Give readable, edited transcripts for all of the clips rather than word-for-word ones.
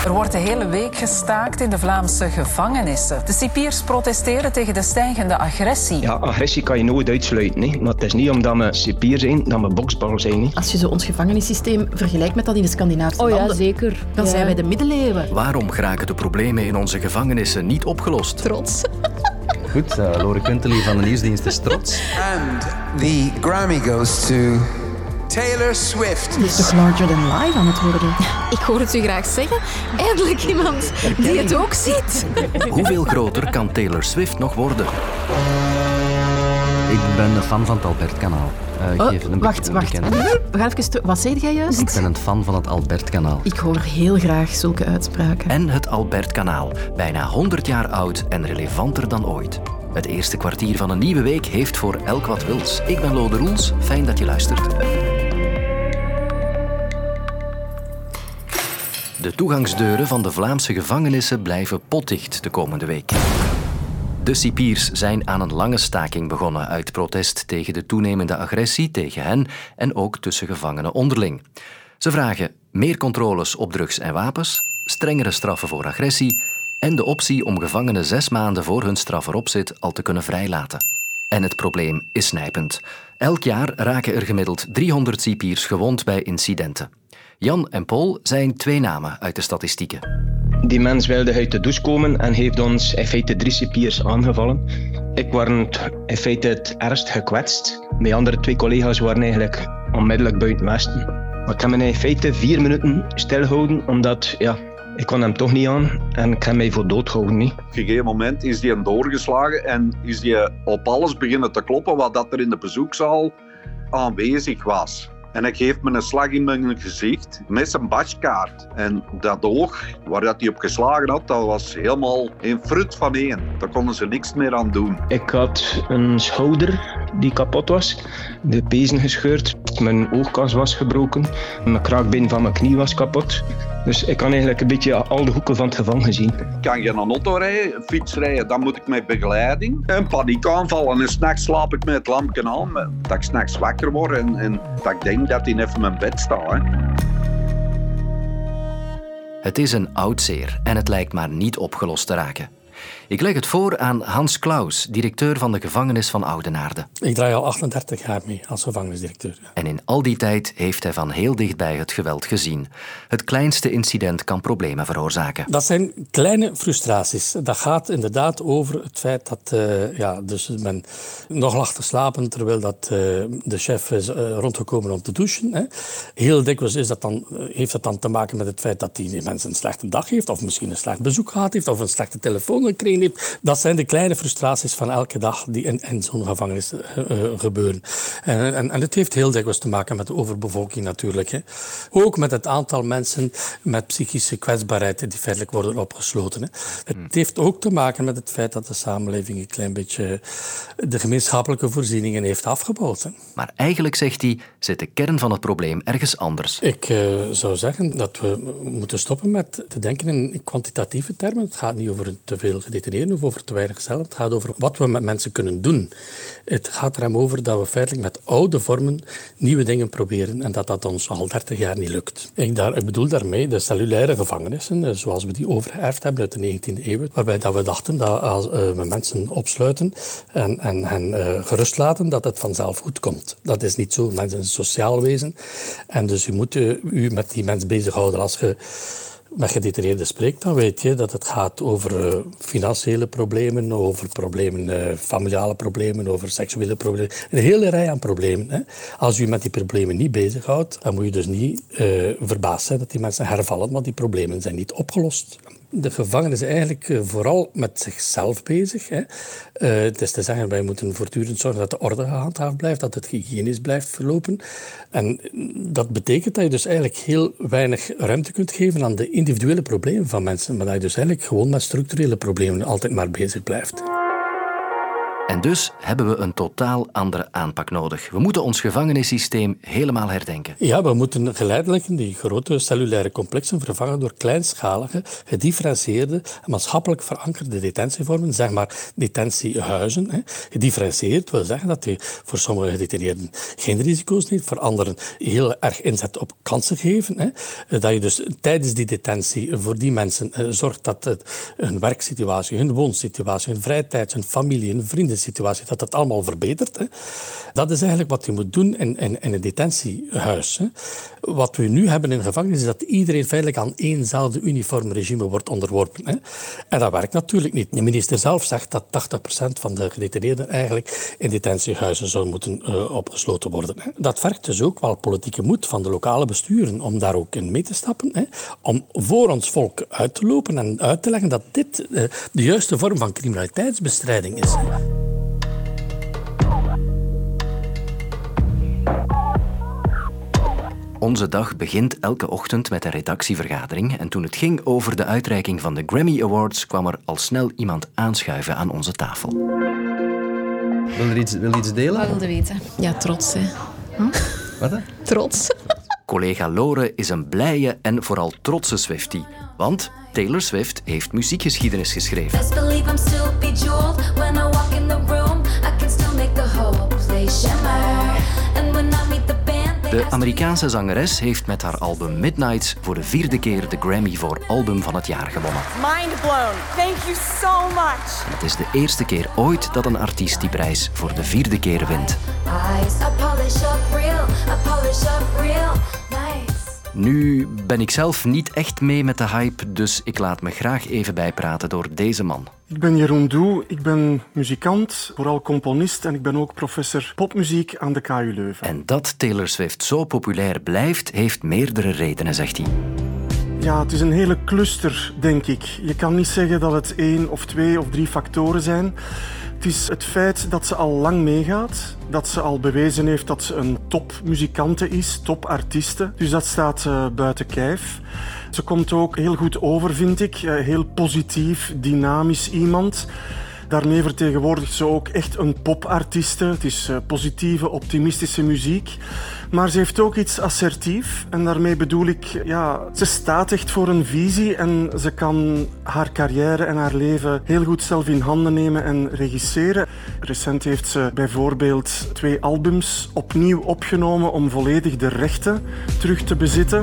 Er wordt de hele week gestaakt in de Vlaamse gevangenissen. De cipiers protesteren tegen de stijgende agressie. Ja, agressie kan je nooit uitsluiten. Hè. Maar het is niet omdat we cipier zijn, dat we boksbal zijn. Hè. Als je zo ons gevangenissysteem vergelijkt met dat in de Scandinavische landen, ja, zeker. Dan zijn wij de middeleeuwen. Waarom geraken de problemen in onze gevangenissen niet opgelost? Trots. Goed, Lore Quintely van de Nieuwsdienst is trots. And the Grammy goes to Taylor Swift. Het is toch larger than life aan het worden? Ik hoor het u graag zeggen. Eindelijk iemand die het ook ziet. Hoeveel groter kan Taylor Swift nog worden? Ik ben een fan van het Albert-kanaal. Wacht. We gaan even... Wat zei jij juist? Ik ben een fan van het Albert-kanaal. Ik hoor heel graag zulke uitspraken. En het Albert-kanaal. Bijna 100 jaar oud en relevanter dan ooit. Het eerste kwartier van een nieuwe week heeft voor elk wat wils. Ik ben Lode Roels. Fijn dat je luistert. De toegangsdeuren van de Vlaamse gevangenissen blijven potdicht de komende week. De cipiers zijn aan een lange staking begonnen uit protest tegen de toenemende agressie tegen hen en ook tussen gevangenen onderling. Ze vragen meer controles op drugs en wapens, strengere straffen voor agressie en de optie om gevangenen 6 maanden voor hun straf erop zit al te kunnen vrijlaten. En het probleem is snijpend. Elk jaar raken er gemiddeld 300 cipiers gewond bij incidenten. Jan en Paul zijn 2 namen uit de statistieken. Die mens wilde uit de douche komen en heeft ons in feite 3 cipiers aangevallen. Ik was in feite het ergst gekwetst. Mijn andere 2 collega's waren eigenlijk onmiddellijk buiten Westen. Maar ik heb me in feite 4 minuten stilgehouden, omdat ik kon hem toch niet aan en ik heb mij voor dood gehouden. Op een gegeven moment is hij doorgeslagen en is hij op alles beginnen te kloppen wat dat er in de bezoekzaal aanwezig was. En hij geeft me een slag in mijn gezicht met zijn badjekaart. En dat oog waar dat hij op geslagen had, dat was helemaal een frut van één. Daar konden ze niks meer aan doen. Ik had een schouder die kapot was, de pezen gescheurd, mijn oogkas was gebroken, mijn kraakbeen van mijn knie was kapot. Dus ik kan eigenlijk een beetje al de hoeken van het gevangen gezien. Ik kan geen auto rijden, fiets rijden, dan moet ik met begeleiding. Een paniekaanval en 's nachts slaap ik met het lampje aan. Dat ik 's nachts wakker word en dat ik denk dat hij even in mijn bed staat. Hè. Het is een oud zeer en het lijkt maar niet opgelost te raken. Ik leg het voor aan Hans Claus, directeur van de gevangenis van Oudenaarde. Ik draai al 38 jaar mee als gevangenisdirecteur. En in al die tijd heeft hij van heel dichtbij het geweld gezien. Het kleinste incident kan problemen veroorzaken. Dat zijn kleine frustraties. Dat gaat inderdaad over het feit dat dus men nog lag te slapen terwijl dat, de chef is rondgekomen om te douchen. Hè. Heel dikwijls heeft dat dan te maken met het feit dat die mens een slechte dag heeft of misschien een slecht bezoek gehad heeft of een slechte telefoon gekregen heeft. Dat zijn de kleine frustraties van elke dag die in zo'n gevangenis gebeuren. En het heeft heel dikwijls te maken met de overbevolking natuurlijk. Hè. Ook met het aantal mensen met psychische kwetsbaarheid die feitelijk worden opgesloten. Hè. Het heeft ook te maken met het feit dat de samenleving een klein beetje de gemeenschappelijke voorzieningen heeft afgebouwd. Hè. Maar eigenlijk, zegt hij, zit de kern van het probleem ergens anders. Ik zou zeggen dat we moeten stoppen met te denken in kwantitatieve termen. Het gaat niet over te veel gedetineerden of over te weinig cellen. Het gaat over wat we met mensen kunnen doen. Het gaat er hem over dat we feitelijk met oude vormen nieuwe dingen proberen en dat ons al 30 jaar niet lukt. Ik bedoel daarmee de cellulaire gevangenissen, zoals we die overerfd hebben uit de 19e eeuw, waarbij dat we dachten dat als we mensen opsluiten en hen gerust laten, dat het vanzelf goed komt. Dat is niet zo. Mensen zijn een sociaal wezen en dus u moet u met die mens bezighouden. Als je met gedetineerden spreekt, dan weet je dat het gaat over financiële problemen, over problemen, familiale problemen, over seksuele problemen. Een hele rij aan problemen. Hè. Als u met die problemen niet bezighoudt, dan moet je dus niet verbaasd zijn dat die mensen hervallen, want die problemen zijn niet opgelost. De gevangene is eigenlijk vooral met zichzelf bezig. Hè. Het is te zeggen, wij moeten voortdurend zorgen dat de orde gehandhaafd blijft, dat het hygiënisch blijft verlopen. En dat betekent dat je dus eigenlijk heel weinig ruimte kunt geven aan de individuele problemen van mensen, maar dat je dus eigenlijk gewoon met structurele problemen altijd maar bezig blijft. En dus hebben we een totaal andere aanpak nodig. We moeten ons gevangenissysteem helemaal herdenken. Ja, we moeten geleidelijk die grote cellulaire complexen vervangen door kleinschalige, gedifferentieerde en maatschappelijk verankerde detentievormen, zeg maar detentiehuizen. Gedifferentieerd wil zeggen dat je voor sommige gedetineerden geen risico's neemt, voor anderen heel erg inzet op kansen geven. Dat je dus tijdens die detentie voor die mensen zorgt dat hun werksituatie, hun woonsituatie, hun vrije tijd, hun familie, hun vriendensituatie, dat dat allemaal verbetert. Dat is eigenlijk wat je moet doen in een detentiehuis. Wat we nu hebben in gevangenis is dat iedereen feitelijk aan éénzelfde uniform regime wordt onderworpen. En dat werkt natuurlijk niet. De minister zelf zegt dat 80% van de gedetineerden eigenlijk in detentiehuizen zou moeten opgesloten worden. Dat vergt dus ook wel politieke moed van de lokale besturen om daar ook in mee te stappen. Om voor ons volk uit te lopen en uit te leggen dat dit de juiste vorm van criminaliteitsbestrijding is. Onze dag begint elke ochtend met een redactievergadering en toen het ging over de uitreiking van de Grammy Awards kwam er al snel iemand aanschuiven aan onze tafel. Wil je iets delen? Wat wilde weten? Ja, trots, hè. Wat? Trots. Collega Lore is een blije en vooral trotse Swiftie, want Taylor Swift heeft muziekgeschiedenis geschreven. De Amerikaanse zangeres heeft met haar album Midnights voor de 4e keer de Grammy voor Album van het Jaar gewonnen. Mind blown. Thank you so much. En het is de eerste keer ooit dat een artiest die prijs voor de 4e keer wint. Nu ben ik zelf niet echt mee met de hype, dus ik laat me graag even bijpraten door deze man. Ik ben Jeroen Doe, ik ben muzikant, vooral componist en ik ben ook professor popmuziek aan de KU Leuven. En dat Taylor Swift zo populair blijft, heeft meerdere redenen, zegt hij. Ja, het is een hele cluster, denk ik. Je kan niet zeggen dat het 1 of 2 of 3 factoren zijn. Het is het feit dat ze al lang meegaat, dat ze al bewezen heeft dat ze een topmuzikante is, topartieste. Dus dat staat buiten kijf. Ze komt ook heel goed over, vind ik. Heel positief, dynamisch iemand. Daarmee vertegenwoordigt ze ook echt een popartieste. Het is positieve, optimistische muziek. Maar ze heeft ook iets assertief. En daarmee bedoel ik, ze staat echt voor een visie en ze kan haar carrière en haar leven heel goed zelf in handen nemen en regisseren. Recent heeft ze bijvoorbeeld 2 albums opnieuw opgenomen om volledig de rechten terug te bezitten.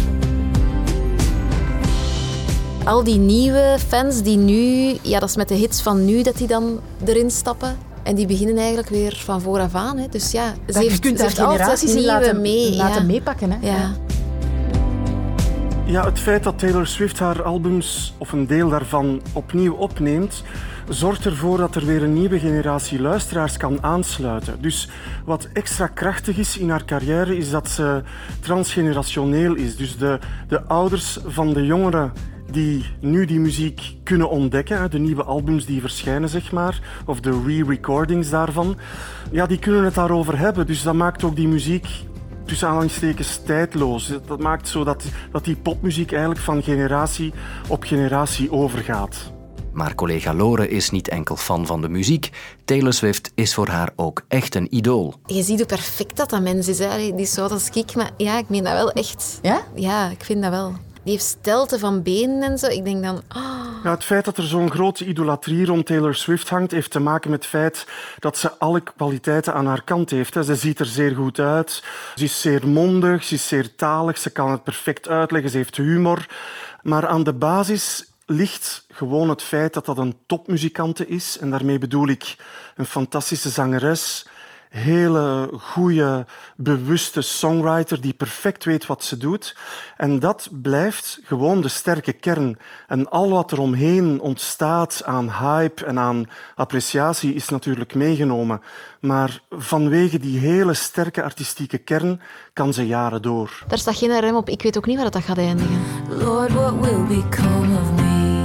Al die nieuwe fans die nu, dat is met de hits van nu dat die dan erin stappen. En die beginnen eigenlijk weer van vooraf aan. Hè. Dus ja, je kunt daar generaties laten meepakken. Hè. Ja. Ja, het feit dat Taylor Swift haar albums, of een deel daarvan, opnieuw opneemt, zorgt ervoor dat er weer een nieuwe generatie luisteraars kan aansluiten. Dus wat extra krachtig is in haar carrière, is dat ze transgenerationeel is. Dus de ouders van de jongeren die nu die muziek kunnen ontdekken, de nieuwe albums die verschijnen, zeg maar, of de re-recordings daarvan, die kunnen het daarover hebben. Dus dat maakt ook die muziek tussen aanhalingstekens tijdloos. Dat maakt zo dat die popmuziek eigenlijk van generatie op generatie overgaat. Maar collega Lore is niet enkel fan van de muziek. Taylor Swift is voor haar ook echt een idool. Je ziet hoe perfect dat mens is. Hè? Die is zo als ik, maar ik meen dat wel echt. Ja? Ja, ik vind dat wel. Die heeft stelte van benen en zo. Ik denk dan... Ja, het feit dat er zo'n grote idolatrie rond Taylor Swift hangt, heeft te maken met het feit dat ze alle kwaliteiten aan haar kant heeft. Ze ziet er zeer goed uit. Ze is zeer mondig, ze is zeer talig, ze kan het perfect uitleggen, ze heeft humor. Maar aan de basis ligt gewoon het feit dat dat een topmuzikante is. En daarmee bedoel ik een fantastische zangeres, hele goede, bewuste songwriter die perfect weet wat ze doet. En dat blijft gewoon de sterke kern. En al wat er omheen ontstaat aan hype en aan appreciatie is natuurlijk meegenomen. Maar vanwege die hele sterke artistieke kern kan ze jaren door. Daar staat geen rem op. Ik weet ook niet waar dat gaat eindigen. Lord, what will become of me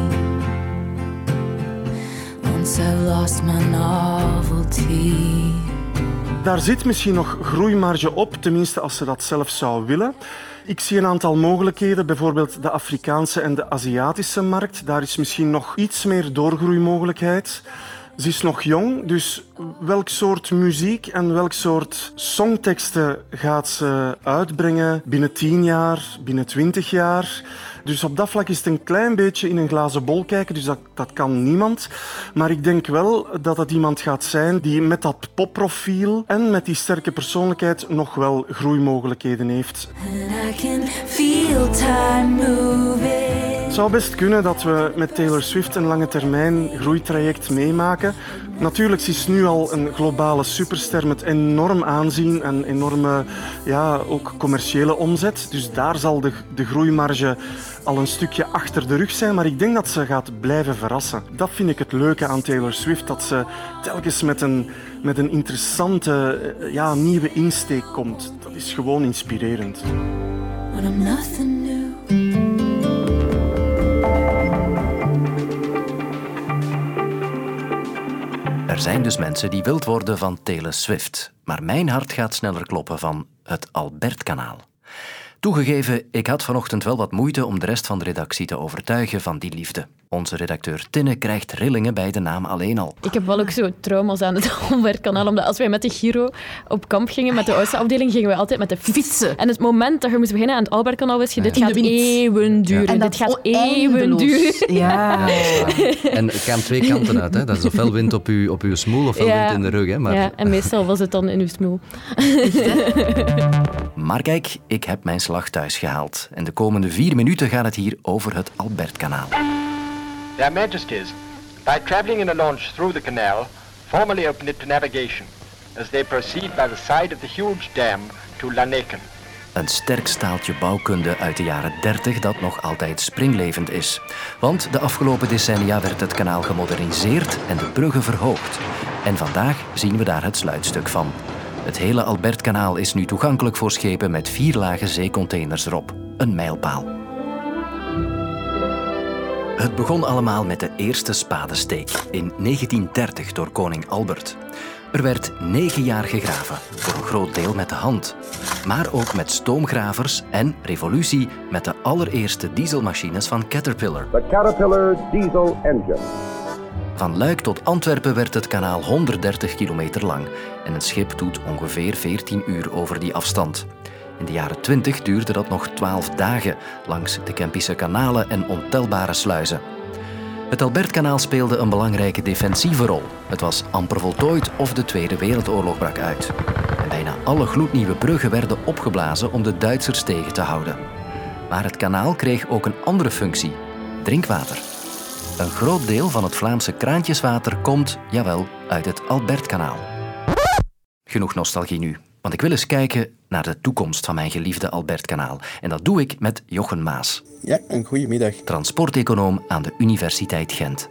once I've lost my novelty? Daar zit misschien nog groeimarge op, tenminste als ze dat zelf zou willen. Ik zie een aantal mogelijkheden, bijvoorbeeld de Afrikaanse en de Aziatische markt. Daar is misschien nog iets meer doorgroeimogelijkheid. Ze is nog jong, dus welk soort muziek en welk soort songteksten gaat ze uitbrengen binnen 10 jaar, binnen 20 jaar? Dus op dat vlak is het een klein beetje in een glazen bol kijken, dus dat kan niemand. Maar ik denk wel dat het iemand gaat zijn die met dat popprofiel en met die sterke persoonlijkheid nog wel groeimogelijkheden heeft. Het zou best kunnen dat we met Taylor Swift een lange termijn groeitraject meemaken. Natuurlijk, ze is nu al een globale superster met enorm aanzien en enorme ook commerciële omzet. Dus daar zal de groeimarge al een stukje achter de rug zijn. Maar ik denk dat ze gaat blijven verrassen. Dat vind ik het leuke aan Taylor Swift. Dat ze telkens met een interessante nieuwe insteek komt. Dat is gewoon inspirerend. But I'm nothing new. Er zijn dus mensen die wild worden van Taylor Swift. Maar mijn hart gaat sneller kloppen van het Albertkanaal. Toegegeven, ik had vanochtend wel wat moeite om de rest van de redactie te overtuigen van die liefde. Onze redacteur Tinne krijgt rillingen bij de naam alleen al. Ik heb wel ook zo trauma's aan het Albertkanaal, omdat als wij met de Giro op kamp gingen, met de oudste afdeling, gingen we altijd met de fietsen. En het moment dat je moest beginnen aan het Albertkanaal, wist je, dit gaat eeuwen duren. Ja. En dit gaat eeuwen duren. Ja. En het kwam 2 kanten uit. Hè. Dat is ofwel wind op uw smoel, ofwel wind in de rug. Hè. Maar... Ja, en meestal was het dan in uw smoel. Maar kijk, ik heb mijn slag thuis gehaald. En de komende 4 minuten gaat het hier over het Albertkanaal. Their Majesties, by travelling in a launch through the canal, formally opened it to navigation, as they proceed by the side of the huge dam to Laneken. Een sterk staaltje bouwkunde uit de jaren 30 dat nog altijd springlevend is. Want de afgelopen decennia werd het kanaal gemoderniseerd en de bruggen verhoogd. En vandaag zien we daar het sluitstuk van. Het hele Albertkanaal is nu toegankelijk voor schepen met 4 lage zeecontainers erop. Een mijlpaal. Het begon allemaal met de eerste spadesteek in 1930 door koning Albert. Er werd 9 jaar gegraven, voor een groot deel met de hand. Maar ook met stoomgravers en, revolutie, met de allereerste dieselmachines van Caterpillar. The Caterpillar diesel engine. Van Luik tot Antwerpen werd het kanaal 130 kilometer lang en een schip doet ongeveer 14 uur over die afstand. In de jaren 20 duurde dat nog 12 dagen langs de Kempische kanalen en ontelbare sluizen. Het Albertkanaal speelde een belangrijke defensieve rol. Het was amper voltooid of de Tweede Wereldoorlog brak uit. En bijna alle gloednieuwe bruggen werden opgeblazen om de Duitsers tegen te houden. Maar het kanaal kreeg ook een andere functie: drinkwater. Een groot deel van het Vlaamse kraantjeswater komt, jawel, uit het Albertkanaal. Genoeg nostalgie nu, want ik wil eens kijken naar de toekomst van mijn geliefde Albertkanaal. En dat doe ik met Jochen Maas. Ja, een goedemiddag. Transporteconoom aan de Universiteit Gent.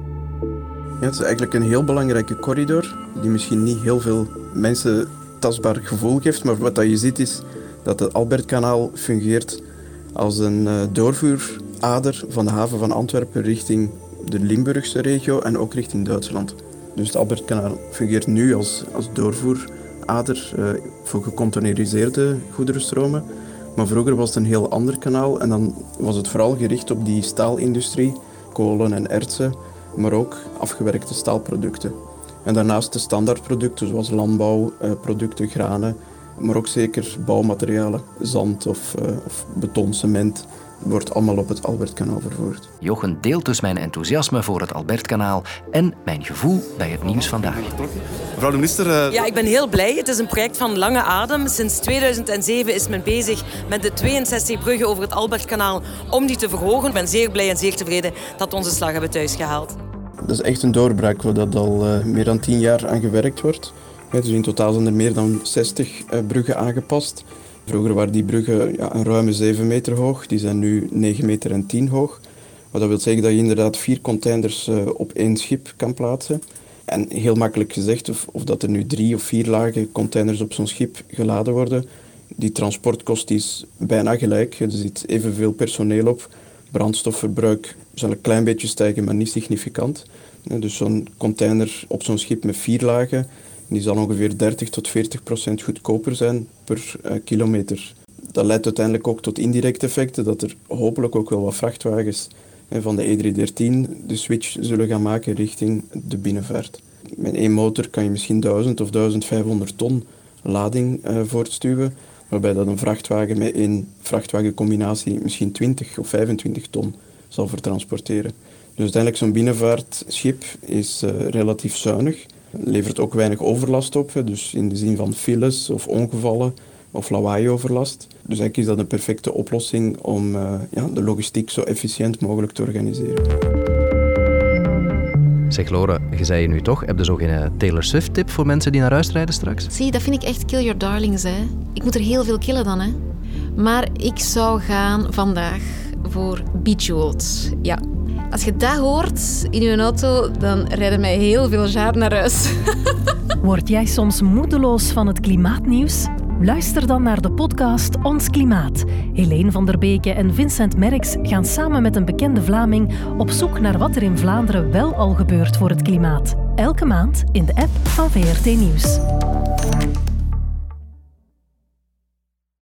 Ja, het is eigenlijk een heel belangrijke corridor, die misschien niet heel veel mensen tastbaar gevoel geeft, maar wat je ziet is dat het Albertkanaal fungeert als een doorvoerader van de haven van Antwerpen richting de Limburgse regio en ook richting Duitsland. Dus het Albertkanaal fungeert nu als doorvoerader voor gecontaineriseerde goederenstromen. Maar vroeger was het een heel ander kanaal en dan was het vooral gericht op die staalindustrie, kolen en ertsen, maar ook afgewerkte staalproducten. En daarnaast de standaardproducten zoals landbouwproducten, granen, maar ook zeker bouwmaterialen, zand of beton, cement, wordt allemaal op het Albertkanaal vervoerd. Jochen deelt dus mijn enthousiasme voor het Albertkanaal en mijn gevoel bij het nieuws vandaag. Mevrouw de minister... Ja, ik ben heel blij. Het is een project van lange adem. Sinds 2007 is men bezig met de 62 bruggen over het Albertkanaal om die te verhogen. Ik ben zeer blij en zeer tevreden dat we onze slag hebben thuisgehaald. Dat is echt een doorbraak waar dat al meer dan 10 jaar aan gewerkt wordt. Dus in totaal zijn er meer dan 60 bruggen aangepast. Vroeger waren die bruggen een ruime 7 meter hoog, die zijn nu 9 meter en 10 hoog. Wat dat wil zeggen dat je inderdaad 4 containers op 1 schip kan plaatsen. En heel makkelijk gezegd, of dat er nu 3 of 4 lage containers op zo'n schip geladen worden, die transportkost is bijna gelijk. Er zit evenveel personeel op. Brandstofverbruik zal een klein beetje stijgen, maar niet significant. Dus zo'n container op zo'n schip met 4 lagen, die zal ongeveer 30% tot 40% goedkoper zijn per kilometer. Dat leidt uiteindelijk ook tot indirecte effecten, dat er hopelijk ook wel wat vrachtwagens van de E313 de switch zullen gaan maken richting de binnenvaart. Met 1 motor kan je misschien 1000 of 1500 ton lading voortstuwen, waarbij dat een vrachtwagen met 1 vrachtwagencombinatie misschien 20 of 25 ton zal vertransporteren. Dus uiteindelijk zo'n binnenvaartschip is relatief zuinig, levert ook weinig overlast op, dus in de zin van files of ongevallen of lawaai-overlast. Dus eigenlijk is dat een perfecte oplossing om de logistiek zo efficiënt mogelijk te organiseren. Zeg Laura, je zei je nu toch, heb je zo geen Taylor Swift-tip voor mensen die naar huis rijden straks? Zie, dat vind ik echt kill your darlings, hè. Ik moet er heel veel killen dan, hè. Maar ik zou gaan vandaag voor Bejeweled. Ja. Als je dat hoort in je auto, dan rijden mij heel veel jaar naar huis. Word jij soms moedeloos van het klimaatnieuws? Luister dan naar de podcast Ons Klimaat. Helene van der Beke en Vincent Merks gaan samen met een bekende Vlaming op zoek naar wat er in Vlaanderen wel al gebeurt voor het klimaat. Elke maand in de app van VRT Nieuws.